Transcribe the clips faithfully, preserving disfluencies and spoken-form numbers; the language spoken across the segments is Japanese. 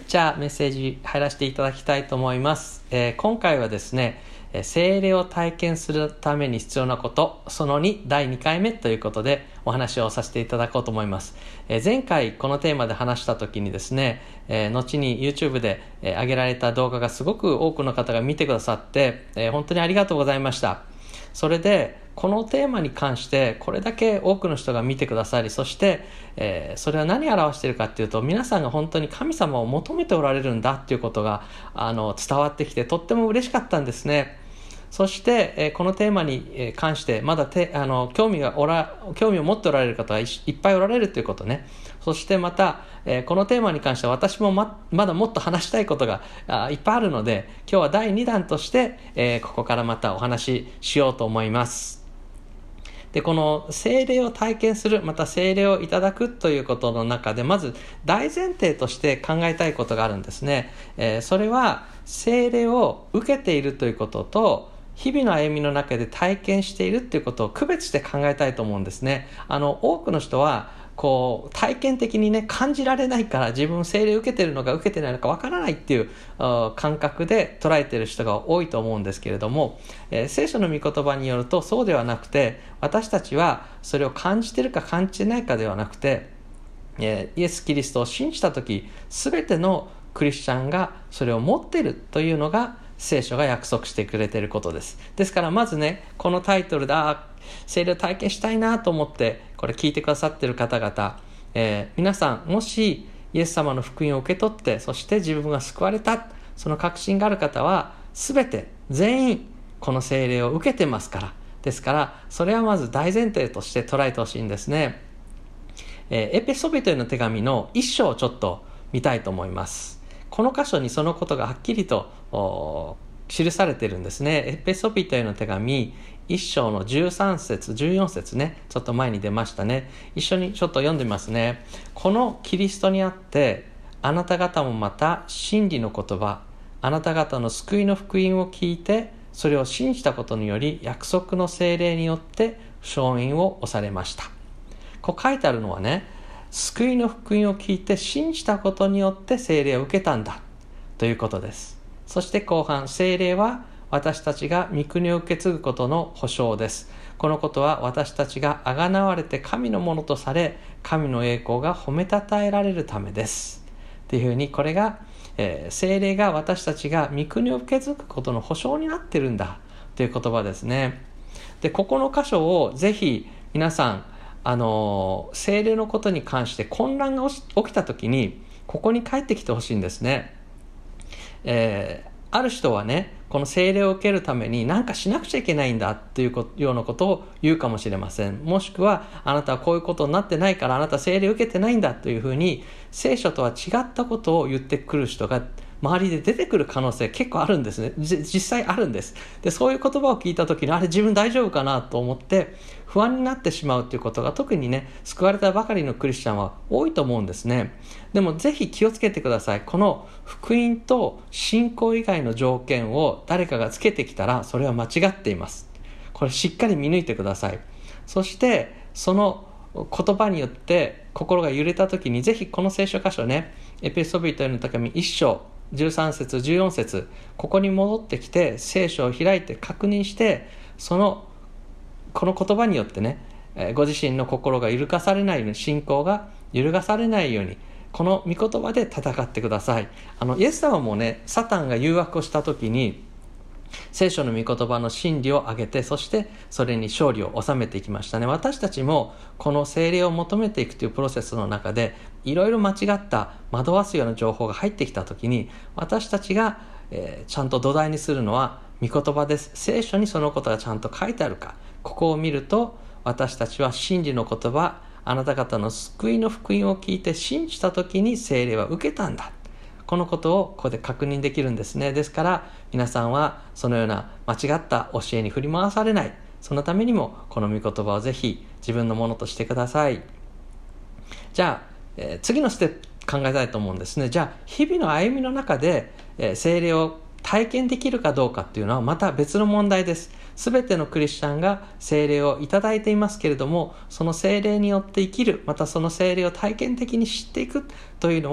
じゃあメッセージ入らせていただきたいと思います。えー、今回はですね、聖霊を体験するために必要なこと、そのにだいにかいめということでお話をさせていただこうと思います。えー、前回このテーマで話した時にですね、えー、後に YouTube で、えー、上げられた動画がすごく多くの方が見てくださって、えー、本当にありがとうございました。それでこのテーマに関してこれだけ多くの人が見てくださり、そして、えー、それは何を表しているかっていうと、皆さんが本当に神様を求めておられるんだっていうことがあの伝わってきて、とっても嬉しかったんですね。そして、えー、このテーマに関してまだてあの興味がおら興味を持っておられる方が い, いっぱいおられるということね。そしてまた、えー、このテーマに関しては私も ま, まだもっと話したいことがあいっぱいあるので、今日はだいにだんとして、えー、ここからまたお話ししようと思います。でこの聖霊を体験する、また聖霊をいただくということの中で、まず大前提として考えたいことがあるんですね。えー、それは聖霊を受けているということと、日々の歩みの中で体験しているということを区別して考えたいと思うんですね。あの多くの人はこう体験的にね感じられないから、自分聖霊を受けているのか受けてないのかわからないっていう感覚で捉えている人が多いと思うんですけれども、えー、聖書の御言葉によるとそうではなくて、私たちはそれを感じているか感じてないかではなくて、えー、イエス・キリストを信じたとき、すべてのクリスチャンがそれを持っているというのが聖書が約束してくれていることです。ですからまずね、このタイトルで聖霊を体験したいなと思ってこれ聞いてくださっている方々、えー、皆さんもしイエス様の福音を受け取って、そして自分が救われた、その確信がある方は全て全員この聖霊を受けてますから。ですからそれはまず大前提として捉えてほしいんですね。えー、エペソビトへの手紙の一章をちょっと見たいと思います。この箇所にそのことがはっきりと記されているんですね。エペソビトへの手紙一章のじゅうさん節じゅうよん節ね、ちょっと前に出ましたね。一緒にちょっと読んでみますね。このキリストにあってあなた方もまた真理の言葉、あなた方の救いの福音を聞いて、それを信じたことにより約束の聖霊によって承認を押されました。こう書いてあるのはね、救いの福音を聞いて信じたことによって聖霊を受けたんだということです。そして後半、聖霊は私たちが御国を受け継ぐことの保証です。このことは私たちが贖われて神のものとされ、神の栄光が褒めたたえられるためですというふうに、これが、えー、聖霊が私たちが御国を受け継ぐことの保証になっているんだという言葉ですね。でここの箇所をぜひ皆さん、あの聖霊のことに関して混乱が起きたときにここに帰ってきてほしいんですね。えー、ある人はね、この聖霊を受けるために何かしなくちゃいけないんだというようなことを言うかもしれません。もしくはあなたはこういうことになってないからあなたは聖霊を受けてないんだというふうに聖書とは違ったことを言ってくる人が周りで出てくる可能性結構あるんですね。実際あるんです。でそういう言葉を聞いた時に、あれ自分大丈夫かなと思って不安になってしまうということが、特にね救われたばかりのクリスチャンは多いと思うんですね。でもぜひ気をつけてください。この福音と信仰以外の条件を誰かがつけてきたらそれは間違っています。これしっかり見抜いてください。そしてその言葉によって心が揺れた時に、ぜひこの聖書箇所ね、エペソビトへの手紙一章じゅうさん節じゅうよん節、ここに戻ってきて聖書を開いて確認して、そのこの言葉によってね、ご自身の心が揺るがされないように、信仰が揺るがされないように、この御言葉で戦ってください。あのイエス様もね、サタンが誘惑をした時に聖書の御言葉の真理を挙げて、そしてそれに勝利を収めていきましたね。私たちもこの聖霊を求めていくというプロセスの中で、いろいろ間違った惑わすような情報が入ってきたときに、私たちが、えー、ちゃんと土台にするのは御言葉です。聖書にそのことがちゃんと書いてあるか、ここを見ると、私たちは真理の言葉、あなた方の救いの福音を聞いて信じたときに聖霊は受けたんだ、このことをここで確認できるんですね。ですから皆さんはそのような間違った教えに振り回されない、そのためにもこの御言葉をぜひ自分のものとしてください。じゃあ、えー、次のステップ考えたいと思うんですね。じゃあ日々の歩みの中で、えー、聖霊を体験できるかどうかっていうのはまた別の問題です。すべてのクリスチャンが聖霊をいただいていますけれども、その聖霊によって生きる、またその聖霊を体験的に知っていくというのは、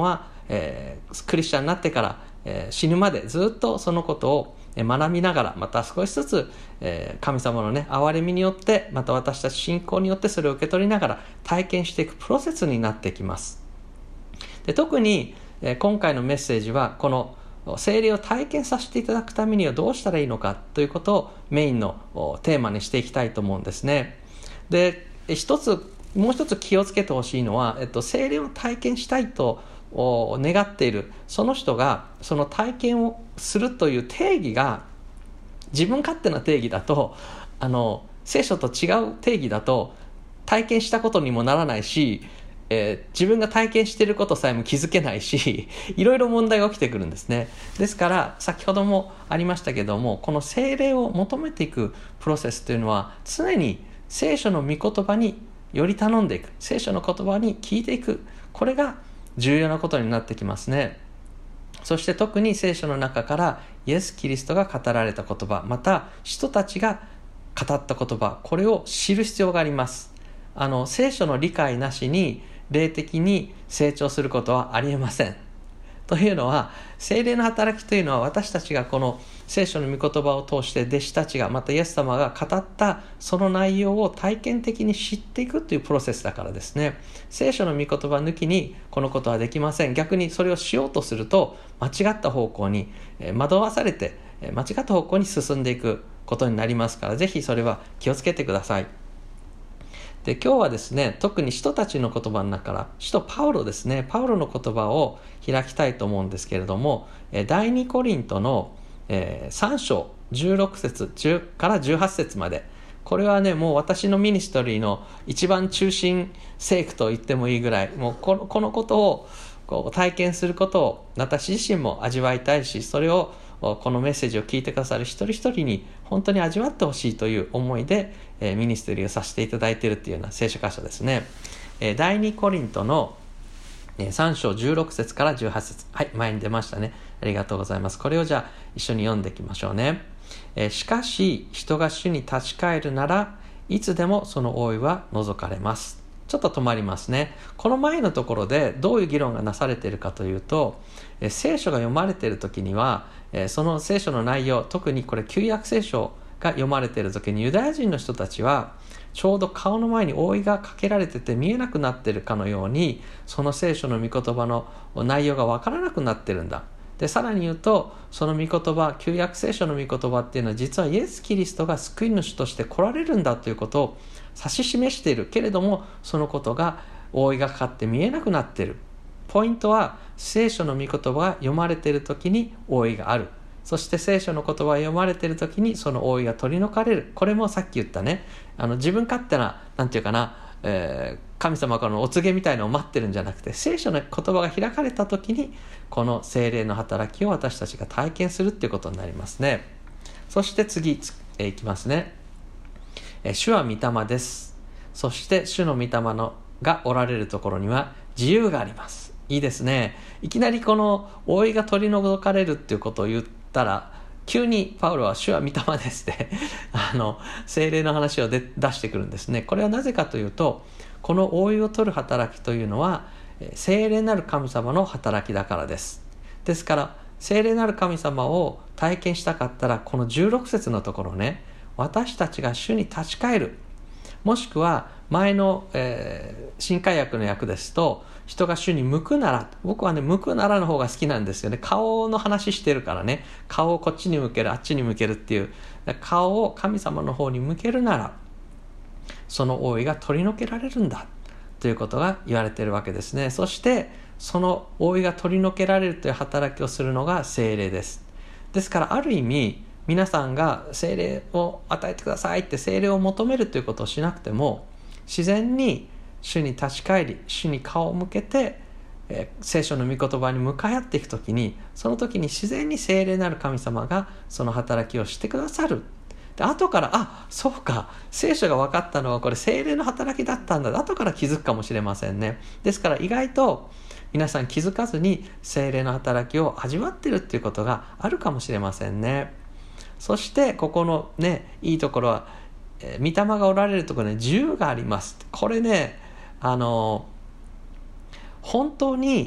えー、クリスチャンになってから、えー、死ぬまでずっとそのことを学びながら、また少しずつ、えー、神様のね憐れみによって、また私たち信仰によってそれを受け取りながら体験していくプロセスになってきます。で特に、えー、今回のメッセージはこの聖霊を体験させていただくためにはどうしたらいいのかということをメインのテーマにしていきたいと思うんですね。で一つもう一つ気をつけてほしいのは、えっと、聖霊を体験したいと願っているその人がその体験をするという定義が自分勝手な定義だと、あの聖書と違う定義だと体験したことにもならないし、えー、自分が体験していることさえも気づけないし、いろいろ問題が起きてくるんですね。ですから先ほどもありましたけども、この聖霊を求めていくプロセスというのは常に聖書の御言葉により頼んでいく、聖書の言葉に聞いていく、これが重要なことになってきますね。そして特に聖書の中からイエス・キリストが語られた言葉、また人たちが語った言葉、これを知る必要があります。あの聖書の理解なしに霊的に成長することはありえません。というのは、聖霊の働きというのは私たちがこの聖書の御言葉を通して弟子たちが、またイエス様が語ったその内容を体験的に知っていくというプロセスだからですね。聖書の御言葉抜きにこのことはできません。逆にそれをしようとすると間違った方向に惑わされて間違った方向に進んでいくことになりますから、ぜひそれは気をつけてください。で今日はですね、特に使徒たちの言葉の中から使徒パウロですね、パウロの言葉を開きたいと思うんですけれども、第二コリントのさん章じゅうろく節からじゅうはち節まで、これはねもう私のミニストリーの一番中心聖句と言ってもいいぐらい、もうこの、このことをこう体験することを私自身も味わいたいし、それをこのメッセージを聞いてくださる一人一人に本当に味わってほしいという思いで、えー、ミニストリーをさせていただいているというような聖書箇所ですね。えー、第二コリントのさん章じゅうろく節からじゅうはち節、はい、前に出ましたね。ありがとうございます。これをじゃあ一緒に読んでいきましょうね。えー、しかし人が主に立ち返るならいつでもその覆いは除かれます。ちょっと止まりますね。この前のところでどういう議論がなされているかというと、えー、聖書が読まれている時には、えー、その聖書の内容、特にこれ旧約聖書が読まれている時にユダヤ人の人たちはちょうど顔の前に覆いがかけられてて見えなくなっているかのように、その聖書の御言葉の内容が分からなくなっているんだ。でさらに言うと、その御言葉、旧約聖書の御言葉っていうのは実はイエス・キリストが救い主として来られるんだということを指し示しているけれども、そのことが覆いがかかって見えなくなっている。ポイントは聖書の御言葉が読まれている時に覆いがある。そして聖書の言葉が読まれている時にその覆いが取り除かれる。これもさっき言ったね、あの自分勝手な、なんていうかな、えー、神様からのお告げみたいなのを待ってるんじゃなくて、聖書の言葉が開かれた時にこの聖霊の働きを私たちが体験するっていうことになりますね。そして次、えー、いきますね。えー、主は御霊です。そして主の御霊のがおられるところには自由があります。いいですね。いきなりこの覆いが取り除かれるっていうことを言ったら、急にパウロは主は御霊ですってあの聖霊の話をで出してくるんですね。これはなぜかというと、この覆いを取る働きというのは聖霊なる神様の働きだからです。ですから聖霊なる神様を体験したかったら、このじゅうろく節のところね、私たちが主に立ち返る、もしくは前の、えー、新海訳の訳ですと、人が主に向くなら、僕はね向くならの方が好きなんですよね。顔の話してるからね、顔をこっちに向ける、あっちに向けるっていう、顔を神様の方に向けるならその覆いが取り除けられるんだということが言われているわけですね。そしてその覆いが取り除けられるという働きをするのが聖霊です。ですからある意味、皆さんが聖霊を与えてくださいって聖霊を求めるということをしなくても、自然に主に立ち返り、主に顔を向けて、えー、聖書の御言葉に向かい合っていくときに、その時に自然に聖霊なる神様がその働きをしてくださる。で後から、あ、そうか、聖書が分かったのはこれ聖霊の働きだったんだ、後から気づくかもしれませんね。ですから意外と皆さん気づかずに聖霊の働きを味わっているっていうことがあるかもしれませんね。そしてここのね、いいところは、えー、御霊がおられるところに自由があります。これね、あの本当に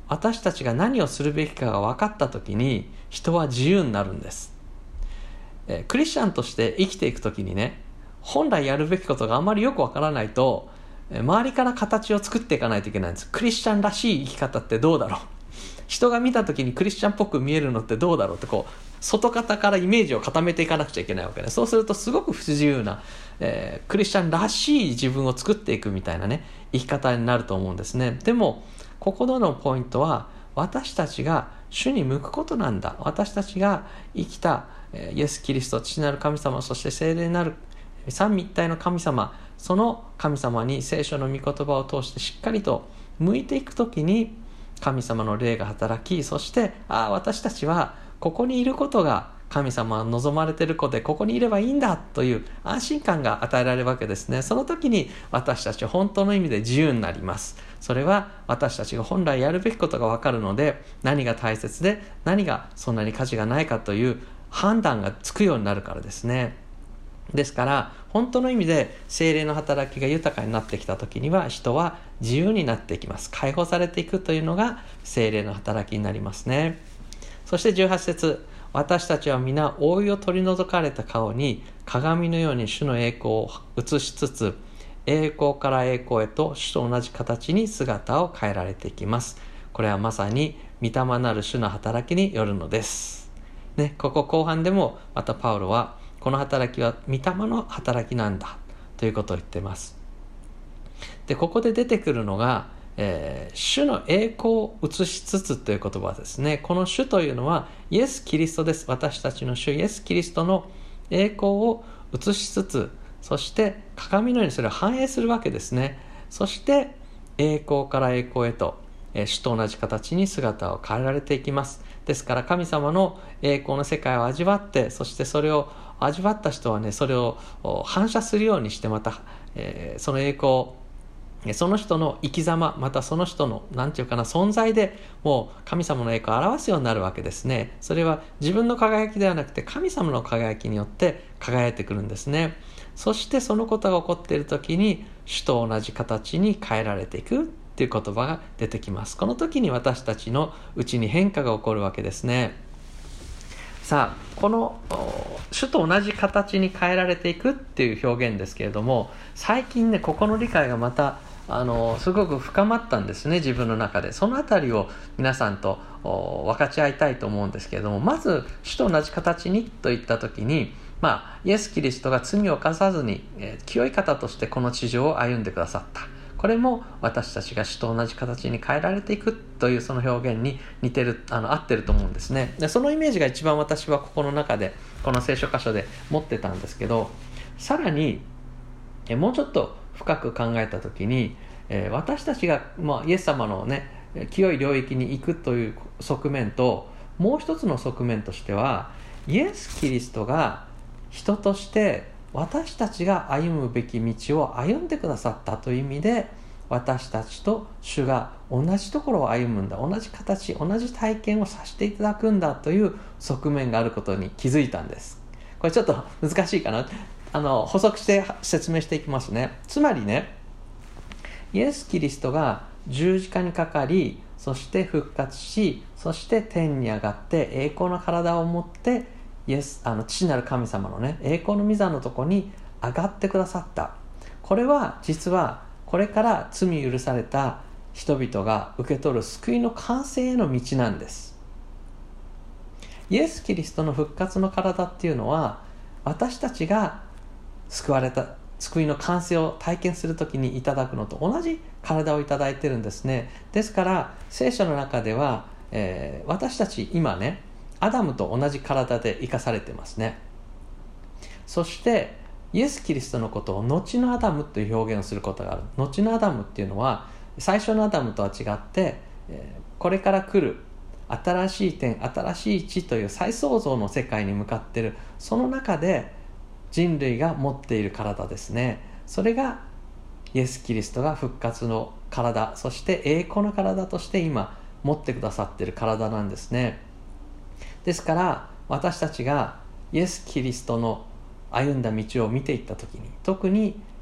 私たちが何をするべきかが分かった時に人は自由になるんです。えー、クリスチャンとして生きていく時にね、本来やるべきことがあまりよく分からないと、えー、周りから形を作っていかないといけないんです。クリスチャンらしい生き方ってどうだろう、人が見た時にクリスチャンっぽく見えるのってどうだろうって、こう外方からイメージを固めていかなくちゃいけないわけで、そうするとすごく不自由な、えー、クリスチャンらしい自分を作っていくみたいなね生き方になると思うんですね。でもここでのポイントは、私たちが主に向くことなんだ。私たちが生きた、えー、イエス・キリスト、父なる神様、そして聖霊なる三位一体の神様、その神様に聖書の御言葉を通してしっかりと向いていくときに、神様の霊が働き、そしてああ私たちはここにいることが神様が望まれている子で、ここにいればいいんだという安心感が与えられるわけですね。その時に私たちは本当の意味で自由になります。それは私たちが本来やるべきことが分かるので、何が大切で何がそんなに価値がないかという判断がつくようになるからですね。ですから本当の意味で聖霊の働きが豊かになってきた時には、人は自由になっていきます。解放されていくというのが聖霊の働きになりますね。そしてじゅうはち節、私たちは皆覆いを取り除かれた顔に鏡のように主の栄光を映しつつ、栄光から栄光へと主と同じ形に姿を変えられていきます。これはまさに御霊なる主の働きによるのです、ね、ここ後半でもまたパウロはこの働きは御霊の働きなんだということを言っています。でここで出てくるのが、えー、主の栄光を映しつつという言葉ですね。この主というのはイエス・キリストです。私たちの主イエス・キリストの栄光を映しつつ、そして鏡のようにそれを反映するわけですね。そして栄光から栄光へと、えー、主と同じ形に姿を変えられていきます。ですから神様の栄光の世界を味わって、そしてそれを味わった人はね、それを反射するようにして、また、えー、その栄光、その人の生き様、またその人のなんていうかな存在でもう神様の栄光を表すようになるわけですね。それは自分の輝きではなくて神様の輝きによって輝いてくるんですね。そしてそのことが起こっている時に主と同じ形に変えられていくっていう言葉が出てきます。この時に私たちのうちに変化が起こるわけですね。さあこの主と同じ形に変えられていくっていう表現ですけれども、最近ねここの理解がまたあのすごく深まったんですね、自分の中で。そのあたりを皆さんと分かち合いたいと思うんですけれども、まず主と同じ形にといった時に、まあ、イエス・キリストが罪を犯さずに、えー、清い方としてこの地上を歩んでくださった。これも私たちが主と同じ形に変えられていくというその表現に似てる、あの合ってると思うんですね。でそのイメージが一番私はここの中でこの聖書箇所で持ってたんですけど、さらにえもうちょっと深く考えた時に、えー、私たちが、まあ、イエス様のね清い領域に行くという側面と、もう一つの側面としてはイエス・キリストが人として私たちが歩むべき道を歩んでくださったという意味で、私たちと主が同じところを歩むんだ、同じ形、同じ体験をさせていただくんだという側面があることに気づいたんです。これちょっと難しいかな、あの補足して説明していきますね。つまりね、イエス・キリストが十字架にかかり、そして復活し、そして天に上がって栄光の体を持ってイエスあの父なる神様のね栄光の御座のとこに上がってくださった。これは実はこれから罪許された人々が受け取る救いの完成への道なんです。イエス・キリストの復活の体っていうのは、私たちが救われた救いの完成を体験するときにいただくのと同じ体をいただいてるんですね。ですから聖書の中では、えー、私たち今ねアダムと同じ体で生かされてますね。そしてイエス・キリストのことを後のアダムという表現をすることがある。後のアダムっていうのは最初のアダムとは違って、えー、これから来る新しい天、新しい地という再創造の世界に向かっている、その中で人類が持っている体ですね。それがイエス・キリストが復活の体、そして栄光の体として今持ってくださっている体なんですね。ですから私たちがイエス・キリストの歩んだ道を見ていったときに、特に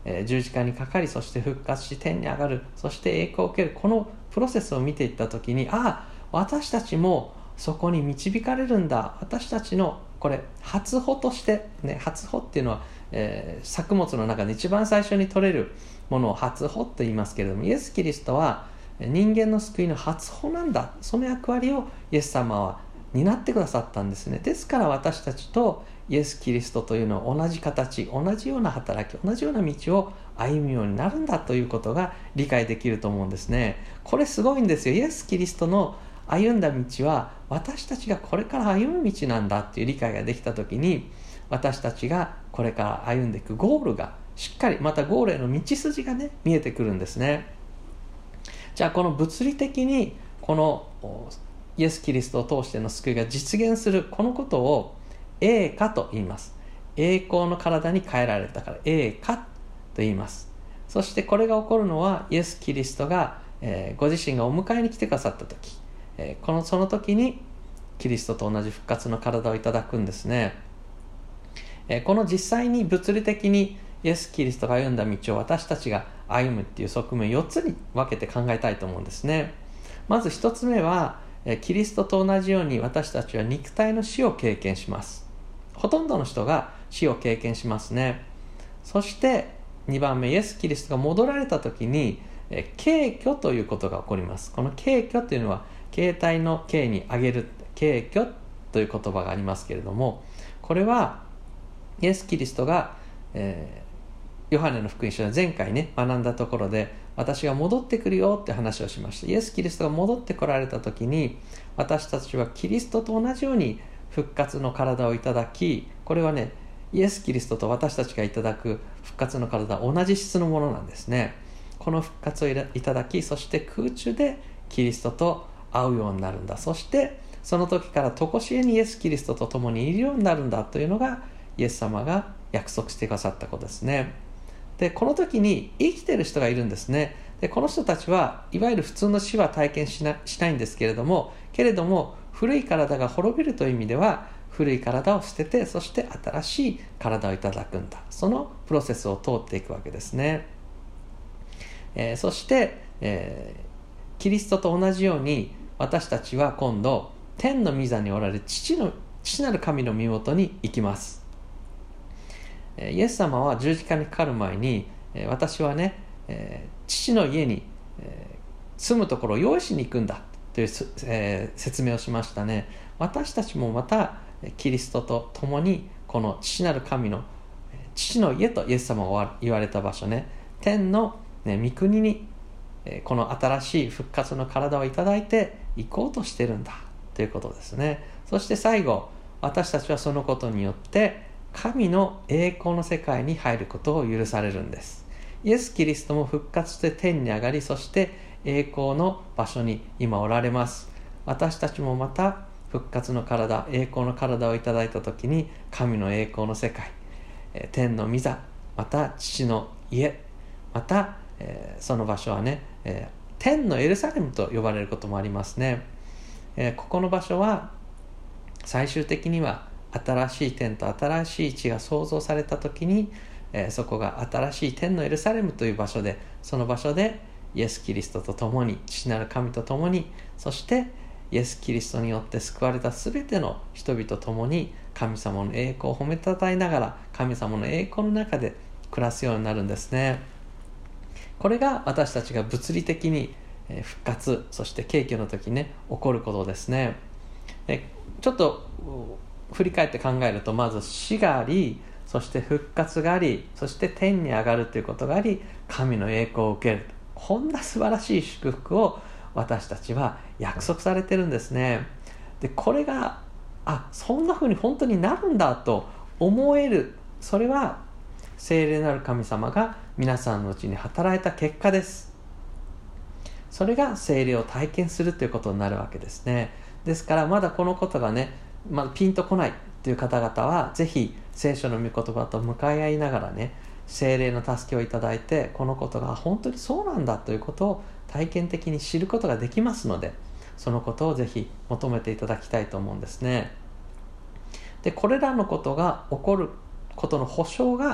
えー、十字架にかかり、そして復活し天に上がる、そして栄光を受ける、このプロセスを見ていった時に、ああ私たちもそこに導かれるんだ。私たちのこれ初穂として、ね、初穂っていうのは、えー、作物の中で一番最初に取れるものを初穂と言いますけれども、イエス・キリストは人間の救いの初穂なんだ。その役割をイエス様は担ってくださったんですね。ですから私たちとイエス・キリストというのは同じ形、同じような働き、同じような道を歩むようになるんだということが理解できると思うんですね。これすごいんですよ。イエス・キリストの歩んだ道は私たちがこれから歩む道なんだっていう理解ができたときに、私たちがこれから歩んでいくゴールがしっかり、またゴールへの道筋がね見えてくるんですね。じゃあこの物理的にこのイエス・キリストを通しての救いが実現するこのことを栄華と言います。栄光の体に変えられたから栄華と言います。そしてこれが起こるのはイエス・キリストが、えー、ご自身がお迎えに来てくださった時、えー、このその時にキリストと同じ復活の体をいただくんですね。えー、この実際に物理的にイエス・キリストが歩んだ道を私たちが歩むっていう側面よっつに分けて考えたいと思うんですね。まずひとつめは、キリストと同じように私たちは肉体の死を経験します。ほとんどの人が死を経験しますね。そしてにばんめ、イエス・キリストが戻られた時に軽挙ということが起こります。この軽挙というのは形態の形に上げる、軽挙という言葉がありますけれども、これはイエス・キリストが、えーヨハネの福音書で前回ね学んだところで、私が戻ってくるよって話をしました。イエス・キリストが戻ってこられた時に、私たちはキリストと同じように復活の体をいただき、これはねイエス・キリストと私たちがいただく復活の体は同じ質のものなんですね。この復活をいただき、そして空中でキリストと会うようになるんだ。そしてその時から常しえにイエス・キリストと共にいるようになるんだというのがイエス様が約束してくださったことですね。でこの時に生きている人がいるんですね。でこの人たちはいわゆる普通の死は体験しな、しないんですけれども、けれども古い体が滅びるという意味では、古い体を捨てて、そして新しい体をいただくんだ。そのプロセスを通っていくわけですね。えー、そして、えー、キリストと同じように私たちは今度天の御座におられる父の父なる神の身元に行きます。イエス様は十字架にかかる前に、私はね、父の家に住むところを用意しに行くんだという説明をしましたね。私たちもまたキリストと共にこの父なる神の父の家とイエス様が言われた場所ね、天の御国にこの新しい復活の体をいただいて行こうとしてるんだということですね。そして最後、私たちはそのことによって神の栄光の世界に入ることを許されるんです。イエス・キリストも復活して天に上がり、そして栄光の場所に今おられます。私たちもまた復活の体、栄光の体をいただいたときに、神の栄光の世界、天の御座、また父の家、また、えー、その場所はね、えー、天のエルサレムと呼ばれることもありますね。えー、ここの場所は最終的には新しい天と新しい地が創造された時に、えー、そこが新しい天のエルサレムという場所で、その場所でイエス・キリストと共に、父なる神と共に、そしてイエス・キリストによって救われたすべての人々と共に神様の栄光を褒めたたえながら、神様の栄光の中で暮らすようになるんですね。これが私たちが物理的に復活、そして景気の時にね起こることですね。えちょっと振り返って考えると、まず死があり、そして復活があり、そして天に上がるということがあり、神の栄光を受ける、こんな素晴らしい祝福を私たちは約束されてるんですね。でこれがあそんな風に本当になるんだと思える、それは聖霊なる神様が皆さんのうちに働いた結果です。それが聖霊を体験するということになるわけですね。ですからまだこのことがねまだピンとこないという方々は、ぜひ聖書の御言葉と向かい合いながらね、聖霊の助けをいただいて、このことが本当にそうなんだということを体験的に知ることができますので、そのことをぜひ求めていただきたいと思うんですね。でこれらのことが起こることの保証が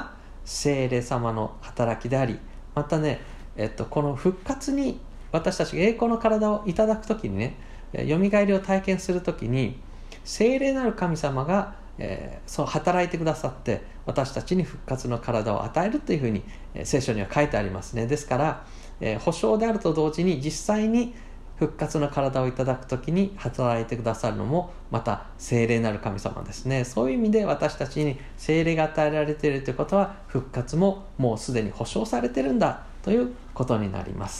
聖霊様の働きであり、またね、えっと、この復活に私たちが栄光の体をいただくときにね、よみがえりを体験するときに聖霊なる神様が、えー、そう働いてくださって私たちに復活の体を与えるというふうに、えー、聖書には書いてありますね。ですから、えー、保証であると同時に実際に復活の体をいただくときに働いてくださるのもまた聖霊なる神様ですね。そういう意味で私たちに聖霊が与えられているということは、復活ももうすでに保証されているんだということになります。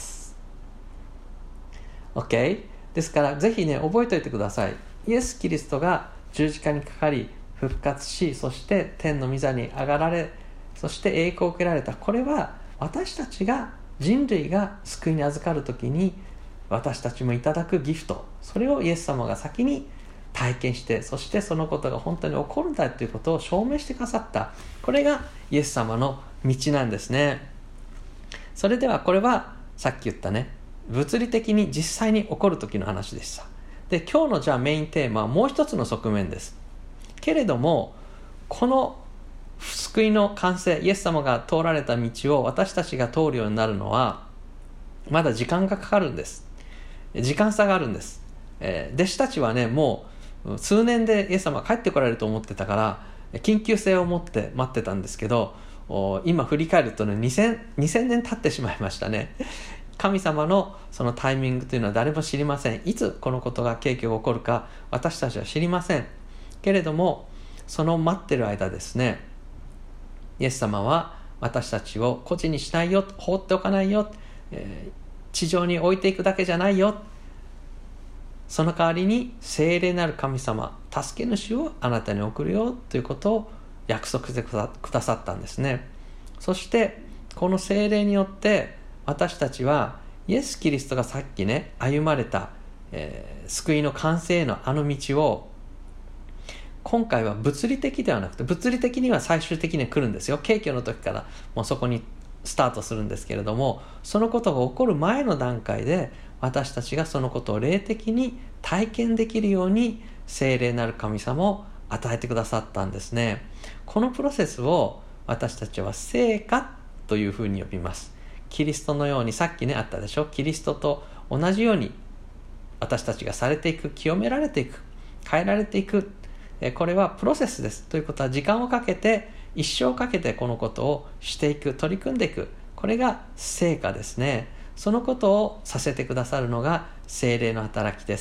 OK ですから、ぜひね覚えておいてください。イエス・キリストが十字架にかかり復活し、そして天の御座に上がられ、そして栄光を受けられた。これは私たちが、人類が救いに預かるときに私たちもいただくギフト、それをイエス様が先に体験して、そしてそのことが本当に起こるんだということを証明してくださった。これがイエス様の道なんですね。それではこれはさっき言ったね、物理的に実際に起こる時の話でした。で、今日のじゃあメインテーマはもう一つの側面です。けれども、この救いの完成、イエス様が通られた道を私たちが通るようになるのはまだ時間がかかるんです。時間差があるんです。えー、弟子たちはね、もう数年でイエス様が帰ってこられると思ってたから緊急性を持って待ってたんですけど、今振り返るとね、にせんにせんねん経ってしまいましたね。神様のそのタイミングというのは誰も知りません。いつこのことが景気が起こるか私たちは知りませんけれども、その待ってる間ですね、イエス様は私たちを孤児にしないよ、放っておかないよ、えー、地上に置いていくだけじゃないよ、その代わりに聖霊なる神様、助け主をあなたに送るよということを約束してくださったんですね。そしてこの聖霊によって私たちはイエス・キリストがさっきね歩まれた、えー、救いの完成へのあの道を、今回は物理的ではなくて、物理的には最終的には来るんですよ。景挙の時からもうそこにスタートするんですけれども、そのことが起こる前の段階で私たちがそのことを霊的に体験できるように聖霊なる神様を与えてくださったんですね。このプロセスを私たちは聖化というふうに呼びます。キリストのように、さっきねあったでしょ、キリストと同じように私たちがされていく、清められていく、変えられていく、これはプロセスです。ということは時間をかけて、一生かけてこのことをしていく、取り組んでいく、これが聖化ですね。そのことをさせてくださるのが聖霊の働きです。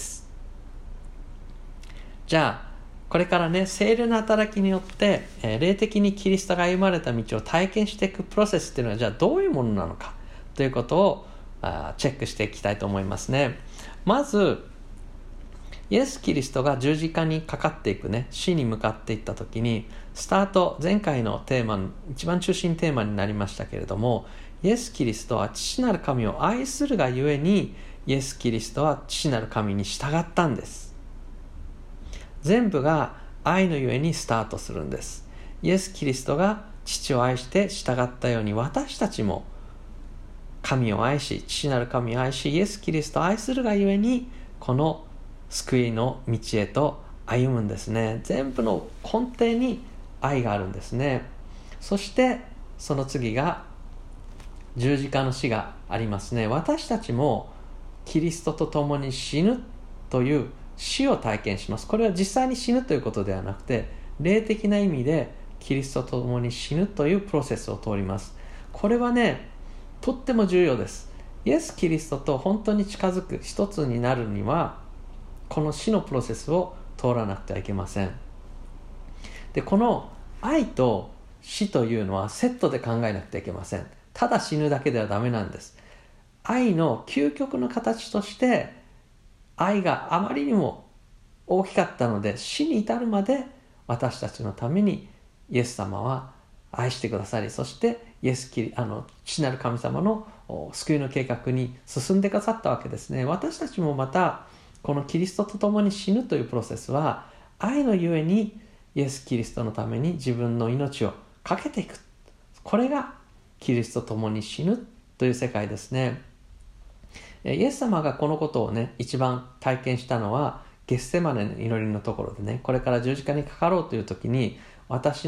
じゃあこれからね、聖霊の働きによって、えー、霊的にキリストが歩まれた道を体験していくプロセスっていうのは、じゃあどういうものなのかということをあチェックしていきたいと思いますね。まずイエス・キリストが十字架にかかっていくね、死に向かっていった時に、スタート、前回のテーマの一番中心テーマになりましたけれども、イエス・キリストは父なる神を愛するがゆえに、イエス・キリストは父なる神に従ったんです。全部が愛のゆえにスタートするんです。イエス・キリストが父を愛して従ったように、私たちも神を愛し、父なる神を愛し、イエス・キリストを愛するがゆえに、この救いの道へと歩むんですね。全部の根底に愛があるんですね。そしてその次が十字架の死がありますね。私たちもキリストと共に死ぬという死を体験します。これは実際に死ぬということではなくて、霊的な意味でキリストと共に死ぬというプロセスを通ります。これはね、とっても重要です。イエス・キリストと本当に近づく、一つになるには、この死のプロセスを通らなくてはいけません。で、この愛と死というのはセットで考えなくてはいけません。ただ死ぬだけではダメなんです。愛の究極の形として、愛があまりにも大きかったので、死に至るまで私たちのためにイエス様は愛してくださり、そしてイエスキリあの父なる神様の救いの計画に進んでくださったわけですね。私たちもまたこのキリストと共に死ぬというプロセスは、愛のゆえにイエス・キリストのために自分の命を懸けていく、これがキリストと共に死ぬという世界ですね。イエス様がこのことをね一番体験したのはゲッセマネの祈りのところでね、これから十字架にかかろうという時に、私の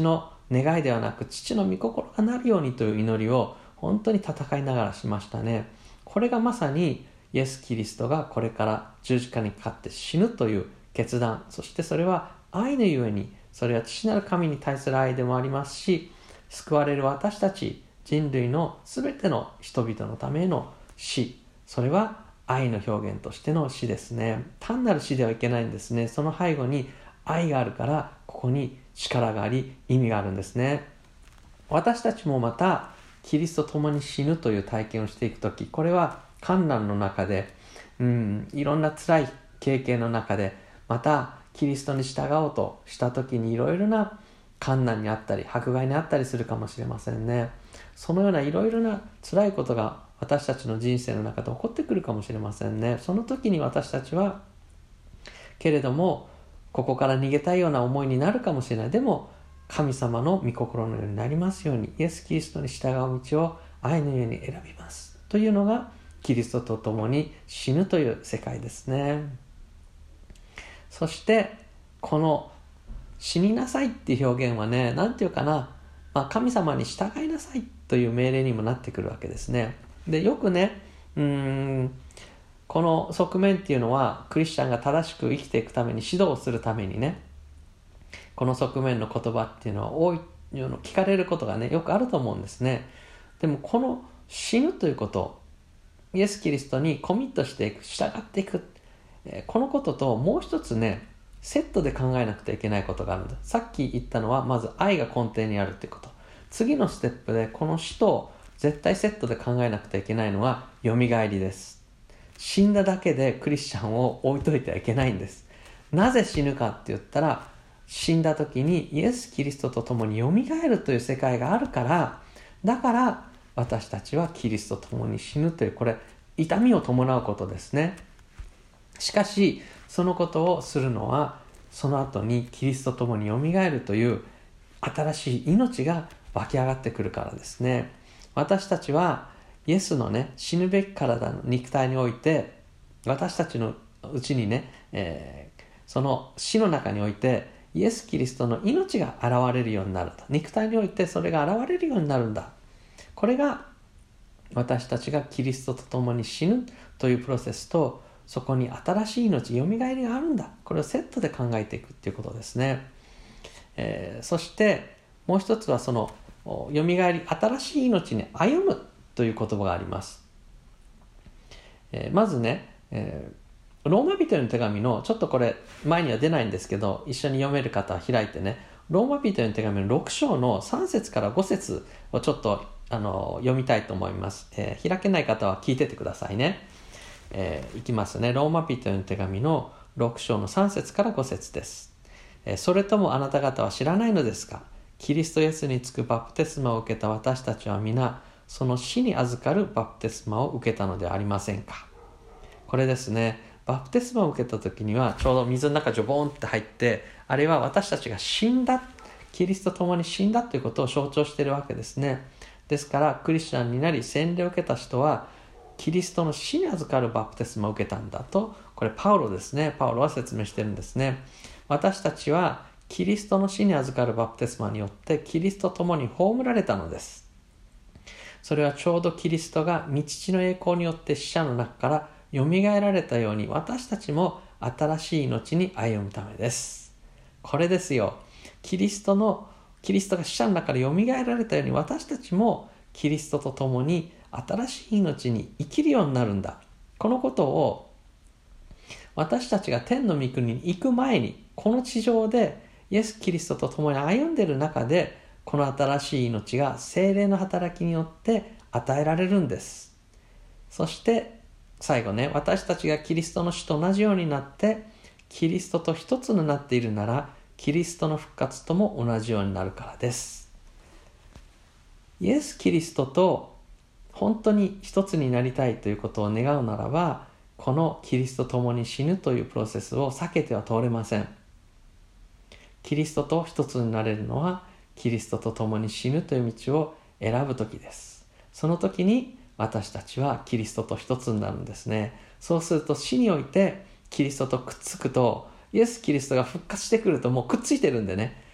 願いではなく父の御心がなるようにという祈りを本当に戦いながらしましたね。これがまさにイエス・キリストがこれから十字架にかかって死ぬという決断、そしてそれは愛のゆえに、それは父なる神に対する愛でもありますし、救われる私たち人類のすべての人々のための死、それは愛の表現としての死ですね。単なる死ではいけないんですね。その背後に愛があるから、ここに力があり意味があるんですね。私たちもまたキリストと共に死ぬという体験をしていくとき、これは患難の中で、うん、いろんな辛い経験の中で、またキリストに従おうとしたときにいろいろな患難にあったり迫害にあったりするかもしれませんね。そのようないろいろな辛いことが私たちの人生の中で起こってくるかもしれませんね。その時に私たちはけれどもここから逃げたいような思いになるかもしれない。でも神様の御心のようになりますように、イエス・キリストに従う道を愛のように選びますというのがキリストと共に死ぬという世界ですね。そしてこの死になさいっていう表現はね、なんていうかな、まあ、神様に従いなさいという命令にもなってくるわけですね。でよくね、うーんこの側面っていうのはクリスチャンが正しく生きていくために指導をするためにね、この側面の言葉っていうのは多いの聞かれることがねよくあると思うんですね。でもこの死ぬということ、イエス・キリストにコミットしていく、従っていく、このことともう一つねセットで考えなくてはいけないことがあるんです。さっき言ったのはまず愛が根底にあるということ。次のステップでこの死と絶対セットで考えなくてはいけないのはよみがえりです。死んだだけでクリスチャンを置いといてはいけないんです。なぜ死ぬかって言ったら、死んだ時にイエス・キリストと共によみがえるという世界があるから、だから私たちはキリストと共に死ぬという、これ痛みを伴うことですね。しかしそのことをするのはその後にキリストと共によみがえるという新しい命が湧き上がってくるからですね。私たちはイエスのね死ぬべき体の肉体において、私たちのうちにね、えー、その死の中においてイエス・キリストの命が現れるようになると、肉体においてそれが現れるようになるんだ。これが私たちがキリストと共に死ぬというプロセスと、そこに新しい命、よみがえりがあるんだ、これをセットで考えていくっていうことですね。えー、そしてもう一つはそのよみがえり、新しい命に歩むという言葉があります。えー、まずね、えー、ローマ人への手紙の、ちょっとこれ前には出ないんですけど、一緒に読める方は開いてね、ローマ人への手紙のろく章のさん節からご節をちょっとあの読みたいと思います。えー、開けない方は聞いててくださいね。えー、いきますね。ローマ人への手紙のろく章のさん節からご節です。えー、それともあなた方は知らないのですか？キリストイエスにつくバプテスマを受けた私たちは皆、その死に預かるバプテスマを受けたのではありませんか。これですね、バプテスマを受けた時にはちょうど水の中ジョボーンって入って、あれは私たちが死んだ、キリストと共に死んだということを象徴しているわけですね。ですからクリスチャンになり洗礼を受けた人はキリストの死に預かるバプテスマを受けたんだと、これパウロですね。パウロは説明してるんですね。私たちはキリストの死に預かるバプテスマによってキリストと共に葬られたのです。それはちょうどキリストが御父の栄光によって死者の中からよみがえられたように、私たちも新しい命に歩むためです。これですよ。キリストのキリストが死者の中からよみがえられたように、私たちもキリストと共に新しい命に生きるようになるんだ。このことを私たちが天の御国に行く前に、この地上でイエス・キリストと共に歩んでいる中で、この新しい命が聖霊の働きによって与えられるんです。そして最後ね、私たちがキリストの死と同じようになってキリストと一つになっているなら、キリストの復活とも同じようになるからです。イエス・キリストと本当に一つになりたいということを願うならば、このキリストと共に死ぬというプロセスを避けては通れません。キリストと一つになれるのはキリストと共に死ぬという道を選ぶときです。その時に私たちはキリストと一つになるんですね。そうすると死においてキリストとくっつくと、イエス・キリストが復活してくるともうくっついてるんでね、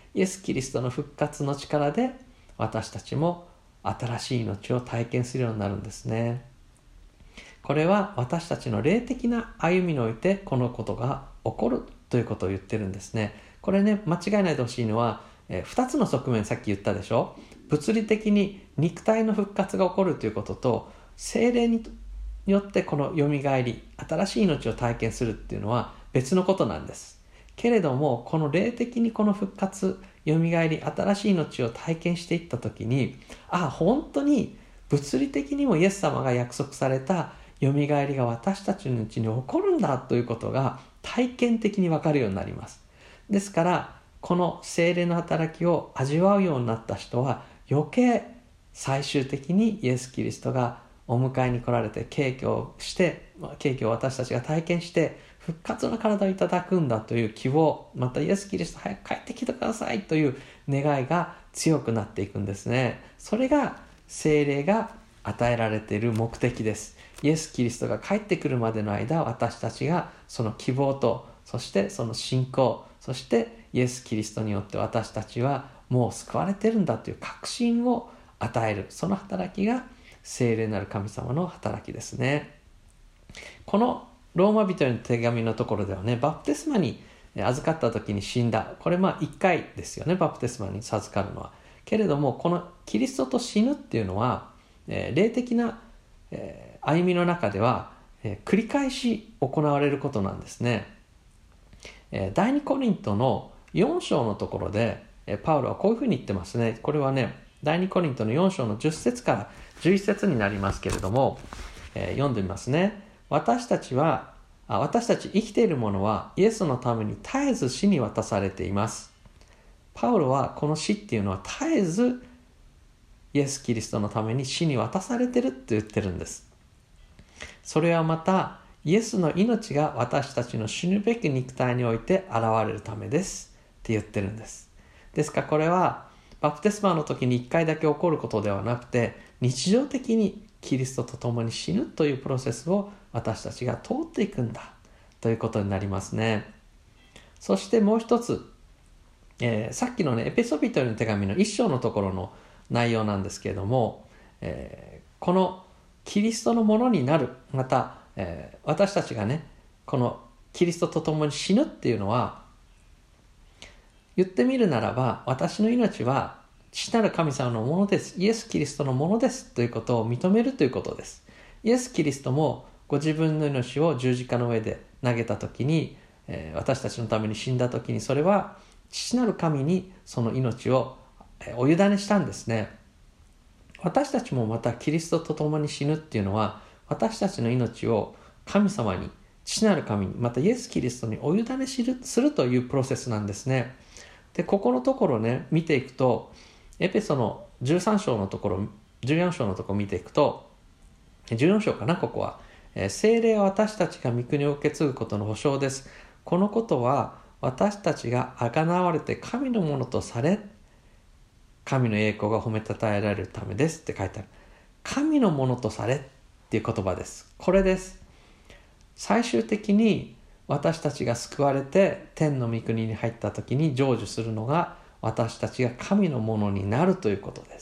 イエス・キリストの復活の力で私たちも新しい命を体験するようになるんですね。これは私たちの霊的な歩みにおいてこのことが起こるということを言ってるんですね。これね、間違えないでほしいのは、えー、ふたつの側面、さっき言ったでしょ。物理的に肉体の復活が起こるということと、聖霊によってこのよみがえり、新しい命を体験するっていうのは別のことなんです。けれども、この霊的にこの復活、よみがえり、新しい命を体験していったときに、あ、本当に物理的にもイエス様が約束されたよみがえりが私たちのうちに起こるんだということが体験的に分かるようになります。ですからこの聖霊の働きを味わうようになった人は余計最終的にイエス・キリストがお迎えに来られて敬虚をして敬虚を私たちが体験して復活の体をいただくんだという希望、またイエス・キリスト早く帰ってきてくださいという願いが強くなっていくんですね。それが聖霊が与えられている目的です。イエス・キリストが帰ってくるまでの間、私たちがその希望と、そしてその信仰、そしてイエス・キリストによって私たちはもう救われてるんだという確信を与える、その働きが聖霊なる神様の働きですね。このローマ人への手紙のところではね、バプテスマに預かった時に死んだ、これまあいっかいですよね、バプテスマに授かるのは。けれどもこのキリストと死ぬっていうのは、えー、霊的な、えー、歩みの中では、えー、繰り返し行われることなんですね。えー、第二コリントのよん章のところで、えー、パウロはこういうふうに言ってますね。これはね、第二コリントのよん章のじゅっ節からじゅういち節になりますけれども、えー、読んでみますね。私たちはあ私たち生きている者はイエスのために絶えず死に渡されています。パウロはこの死っていうのは絶えずイエス・キリストのために死に渡されてるって言ってるんです。それはまたイエスの命が私たちの死ぬべき肉体において現れるためですって言ってるんです。ですからこれはバプテスマの時にいっかいだけ起こることではなくて、日常的にキリストと共に死ぬというプロセスを私たちが通っていくんだということになりますね。そしてもう一つ、えー、さっきのねエペソビトへの手紙の一章のところの内容なんですけれども、えー、このキリストのものになる、また、えー、私たちがねこのキリストと共に死ぬっていうのは、言ってみるならば私の命は父なる神様のものです、イエス・キリストのものですということを認めるということです。イエス・キリストもご自分の命を十字架の上で投げた時に、えー、私たちのために死んだ時に、それは父なる神にその命をお委ねしたんですね。私たちもまたキリストと共に死ぬっていうのは、私たちの命を神様に、父なる神に、またイエス・キリストにお委ねするというプロセスなんですね。でここのところね見ていくと、エペソのじゅうさん章のところ、じゅうよん章のところ見ていくと、じゅうよん章かな、ここは、えー、聖霊は私たちが御国を受け継ぐことの保証です。このことは私たちが贖われて神のものとされ、神の栄光が褒めたたえられるためですって書いてある。神のものとされっていう言葉です。これです。最終的に私たちが救われて天の御国に入った時に成就するのが、私たちが神のものになるということです。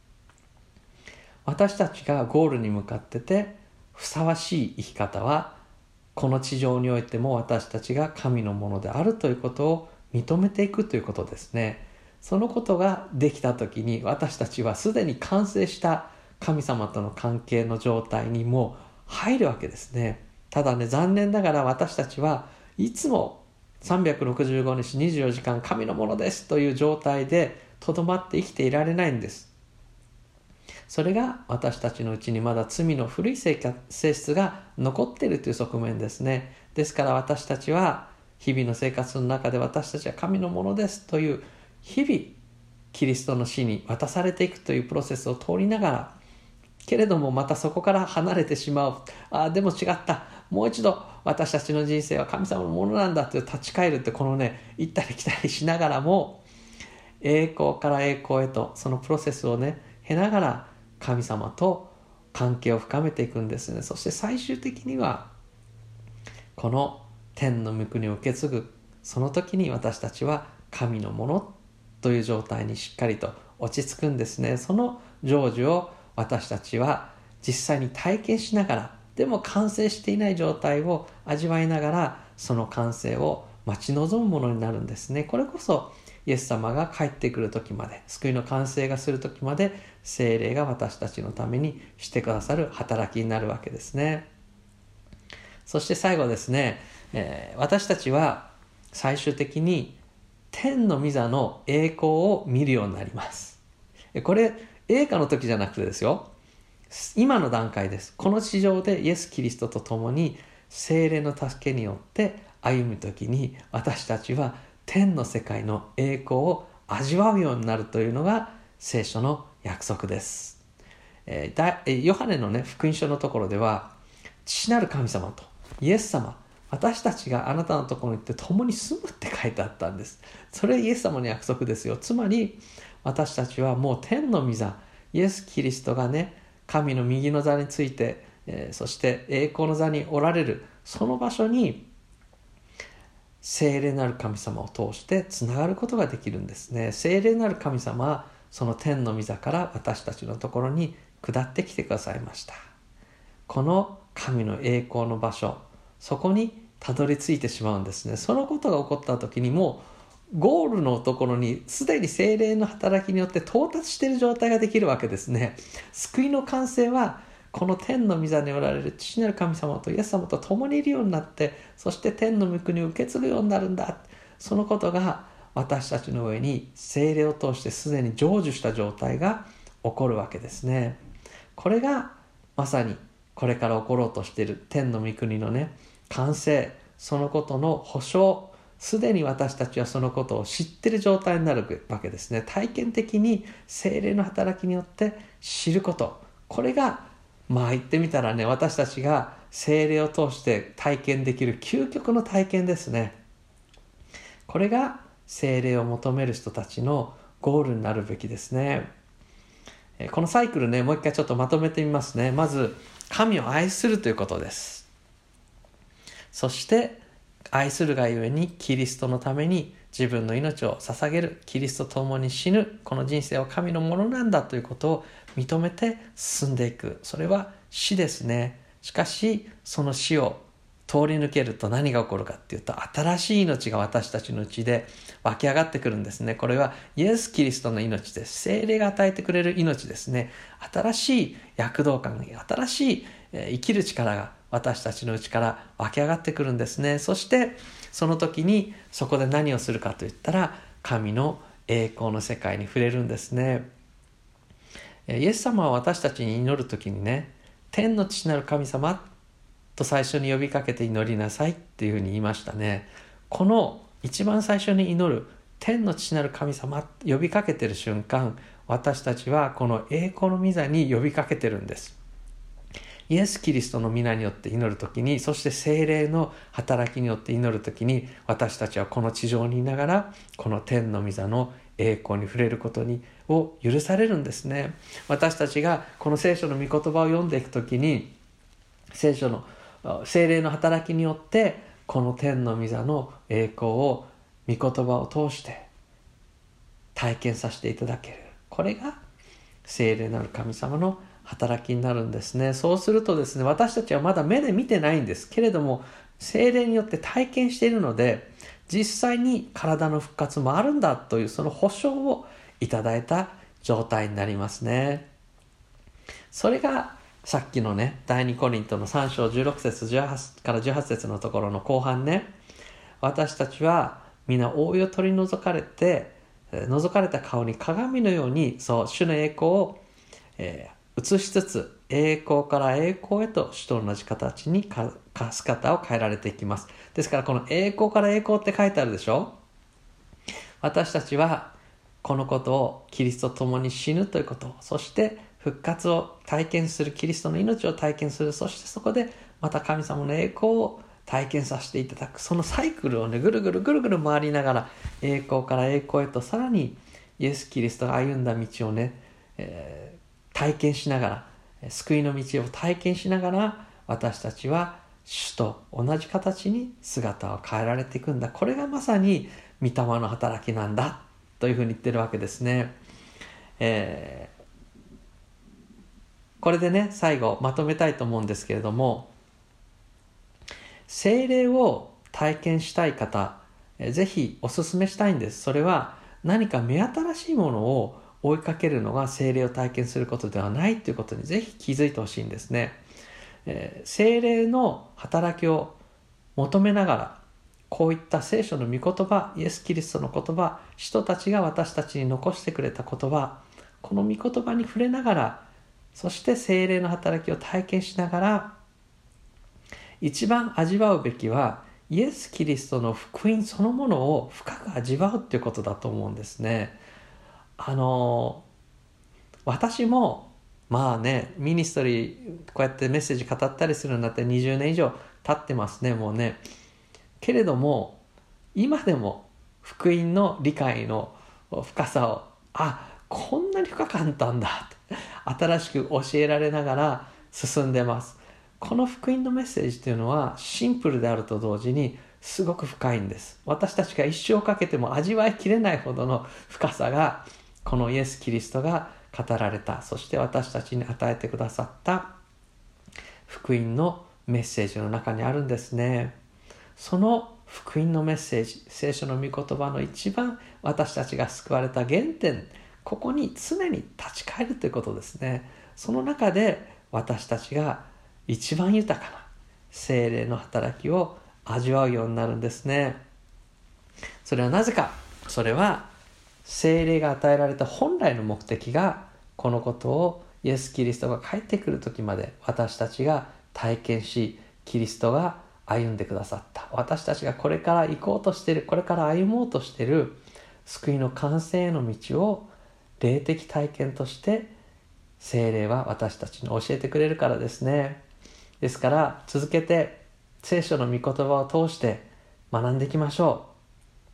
私たちがゴールに向かっててふさわしい生き方は、この地上においても私たちが神のものであるということを認めていくということですね。そのことができた時に、私たちはすでに完成した神様との関係の状態にもう入るわけですね。ただね、残念ながら私たちはいつもさんびゃくろくじゅうごにちにじゅうよじかん神のものですという状態でとどまって生きていられないんです。それが私たちのうちにまだ罪の古い性質が残っているという側面ですね。ですから私たちは日々の生活の中で、私たちは神のものですという日々キリストの死に渡されていくというプロセスを通りながら、けれどもまたそこから離れてしまう、ああでも違った、もう一度私たちの人生は神様のものなんだと立ち返るって、このね行ったり来たりしながらも栄光から栄光へとそのプロセスをね経ながら神様と関係を深めていくんですね。そして最終的にはこの天の御国を受け継ぐその時に、私たちは神のものという状態にしっかりと落ち着くんですね。その成就を私たちは実際に体験しながら、でも完成していない状態を味わいながら、その完成を待ち望むものになるんですね。これこそイエス様が帰ってくる時まで、救いの完成がする時まで、聖霊が私たちのためにしてくださる働きになるわけですね。そして最後ですね、えー、私たちは最終的に天の御座の栄光を見るようになります。これ栄華の時じゃなくてですよ、今の段階です。この地上でイエス・キリストと共に聖霊の助けによって歩む時に、私たちは天の世界の栄光を味わうようになるというのが聖書の約束です。えー、だヨハネのね福音書のところでは、父なる神様とイエス様、私たちがあなたのところに行って共に住むって書いてあったんです。それイエス様の約束ですよ。つまり私たちはもう天の御座、イエス・キリストがね神の右の座について、えー、そして栄光の座におられるその場所に聖霊なる神様を通してつながることができるんですね。聖霊なる神様はその天の御座から私たちのところに下ってきてくださいました。この神の栄光の場所、そこにたどり着いてしまうんですね。そのことが起こった時にもうゴールのところにすでに聖霊の働きによって到達している状態ができるわけですね。救いの完成はこの天の御座におられる父なる神様とイエス様と共にいるようになって、そして天の御国を受け継ぐようになるんだ。そのことが私たちの上に聖霊を通してすでに成就した状態が起こるわけですね。これがまさにこれから起ころうとしている天の御国のね完成、そのことの保証、すでに私たちはそのことを知っている状態になるわけですね。体験的に聖霊の働きによって知ること、これがまあ言ってみたらね、私たちが聖霊を通して体験できる究極の体験ですね。これが聖霊を求める人たちのゴールになるべきですね。このサイクルね、もう一回ちょっとまとめてみますね。まず神を愛するということです。そして愛するがゆえにキリストのために自分の命を捧げる、キリストと共に死ぬ、この人生は神のものなんだということを認めて進んでいく。それは死ですね。しかしその死を通り抜けると何が起こるかっていうと、新しい命が私たちのうちで湧き上がってくるんですね。これはイエス・キリストの命です。聖霊が与えてくれる命ですね。新しい躍動感、新しい生きる力が私たちのうちから湧き上がってくるんですね。そしてその時にそこで何をするかといったら、神の栄光の世界に触れるんですね。イエス様は私たちに祈る時にね、天の父なる神様と最初に呼びかけて祈りなさいっていうふうに言いましたね。この一番最初に祈る天の父なる神様呼びかけてる瞬間、私たちはこの栄光の御座に呼びかけてるんです。イエス・キリストの皆によって祈るときに、そして聖霊の働きによって祈るときに、私たちはこの地上にいながらこの天の御座の栄光に触れることにを許されるんですね。私たちがこの聖書の御言葉を読んでいくときに、聖書の聖霊の働きによってこの天の御座の栄光を御言葉を通して体験させていただける。これが聖霊なる神様の働きになるんですね。そうするとですね、私たちはまだ目で見てないんですけれども、聖霊によって体験しているので、実際に体の復活もあるんだというその保証をいただいた状態になりますね。それがさっきのね、第二コリントのさん章じゅうろく節じゅうはちからじゅうはち節のところの後半ね、私たちは皆覆いを取り除かれて、覗かれた顔に鏡のように、そう主の栄光を、えー映しつつ、栄光から栄光へと主と同じ形にかか姿を変えられていきます。ですからこの栄光から栄光って書いてあるでしょ。私たちはこのことをキリストと共に死ぬということ、そして復活を体験する、キリストの命を体験する、そしてそこでまた神様の栄光を体験させていただく、そのサイクルをね、ぐるぐるぐるぐる回りながら、栄光から栄光へと、さらにイエス・キリストが歩んだ道をね、えー体験しながら、救いの道を体験しながら、私たちは主と同じ形に姿を変えられていくんだ。これがまさに御霊の働きなんだというふうに言ってるわけですね。えー、これでね、最後まとめたいと思うんですけれども、聖霊を体験したい方、えー、ぜひお勧めしたいんです。それは何か目新しいものを追いかけるのが聖霊を体験することではないということにぜひ気づいてほしいんですね。えー、聖霊の働きを求めながら、こういった聖書の御言葉、イエス・キリストの言葉、使徒たちが私たちに残してくれた言葉、この御言葉に触れながら、そして聖霊の働きを体験しながら、一番味わうべきはイエス・キリストの福音そのものを深く味わうっていうことだと思うんですね。あの私もまあね、ミニストリーこうやってメッセージ語ったりするようになってにじゅうねん以上経ってますね、もうね。けれども今でも福音の理解の深さを、あ、こんなに深かったんだって新しく教えられながら進んでます。この福音のメッセージというのはシンプルであると同時にすごく深いんです。私たちが一生かけても味わいきれないほどの深さがこのイエス・キリストが語られた、そして私たちに与えてくださった福音のメッセージの中にあるんですね。その福音のメッセージ、聖書の御言葉の一番私たちが救われた原点、ここに常に立ち返るということですね。その中で私たちが一番豊かな聖霊の働きを味わうようになるんですね。それはなぜか。それは聖霊が与えられた本来の目的が、このことをイエス・キリストが帰ってくる時まで私たちが体験し、キリストが歩んでくださった、私たちがこれから行こうとしている、これから歩もうとしている救いの完成への道を霊的体験として聖霊は私たちに教えてくれるからですね。ですから続けて聖書の御言葉を通して学んでいきましょう。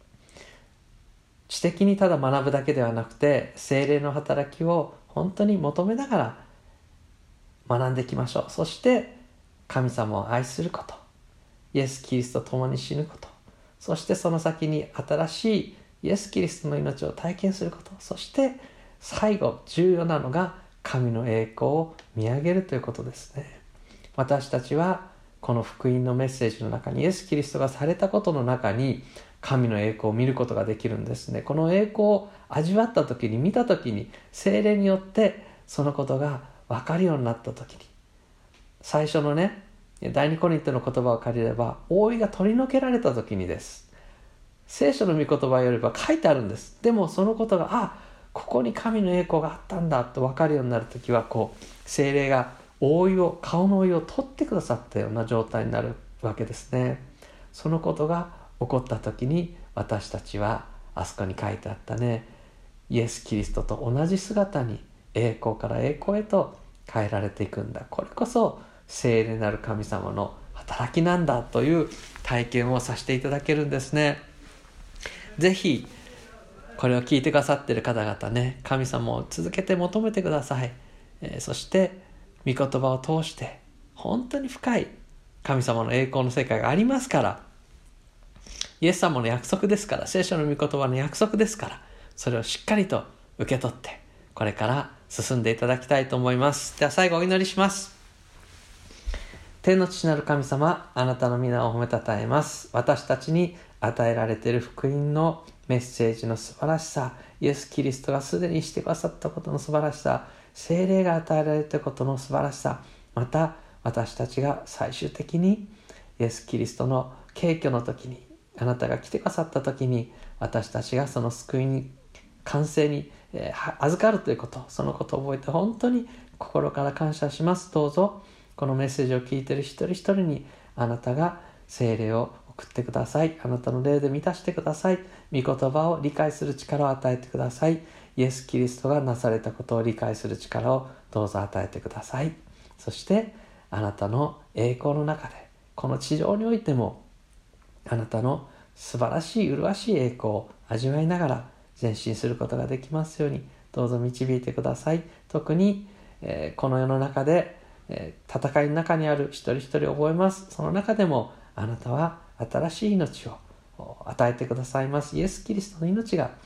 知的にただ学ぶだけではなくて、聖霊の働きを本当に求めながら学んでいきましょう。そして神様を愛すること、イエス・キリストと共に死ぬこと、そしてその先に新しいイエス・キリストの命を体験すること、そして最後重要なのが神の栄光を見上げるということですね。私たちはこの福音のメッセージの中に、イエス・キリストがされたことの中に神の栄光を見ることができるんですね。この栄光を味わった時に、見た時に、聖霊によってそのことが分かるようになった時に、最初のね、第二コリントの言葉を借りれば、覆いが取り除けられた時にです。聖書の御言葉よりは書いてあるんです。でもそのことが、あ、ここに神の栄光があったんだと分かるようになる時は、こう聖霊が覆いを、顔の覆いを取ってくださったような状態になるわけですね。そのことが起こった時に、私たちはあそこに書いてあったね、イエス・キリストと同じ姿に栄光から栄光へと変えられていくんだ。これこそ聖霊なる神様の働きなんだという体験をさせていただけるんですね。ぜひこれを聞いてくださっている方々ね、神様を続けて求めてください。えー、そして御言葉を通して本当に深い神様の栄光の世界がありますから、イエス様の約束ですから、聖書の御言葉の約束ですから、それをしっかりと受け取ってこれから進んでいただきたいと思います。では最後お祈りします。天の父なる神様、あなたの皆を褒めたたえます。私たちに与えられている福音のメッセージの素晴らしさ、イエス・キリストがすでにしてくださったことの素晴らしさ、聖霊が与えられていることの素晴らしさ、また私たちが最終的にイエス・キリストの景挙の時に、あなたが来てくださった時に、私たちがその救いに完成に、えー、預かるということ、そのことを覚えて本当に心から感謝します。どうぞこのメッセージを聞いている一人一人に、あなたが聖霊を送ってください。あなたの霊で満たしてください。御言葉を理解する力を与えてください。イエス・キリストがなされたことを理解する力をどうぞ与えてください。そしてあなたの栄光の中で、この地上においてもあなたの素晴らしい麗しい栄光を味わいながら前進することができますように、どうぞ導いてください。特に、えー、この世の中で、えー、戦いの中にある一人一人覚えます。その中でもあなたは新しい命を与えてくださいます。イエス・キリストの命が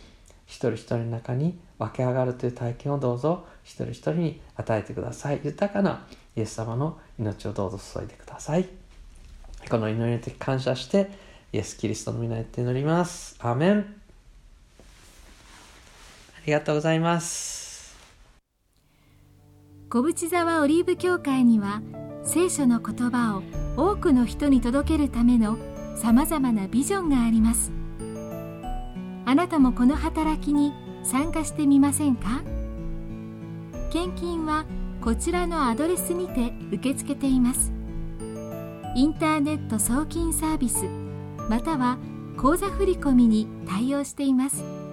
一人一人の中に分け上がるという体験をどうぞ一人一人に与えてください。豊かなイエス様の命をどうぞ注いでください。この祈りの時感謝してイエス・キリストの皆によって祈ります。アーメン。ありがとうございます。 小淵沢オリーブ教会には聖書の言葉を多くの人に届けるためのさまざまなビジョンがあります。あなたもこの働きに参加してみませんか？献金はこちらのアドレスにて受け付けています。インターネット送金サービスまたは口座振込に対応しています。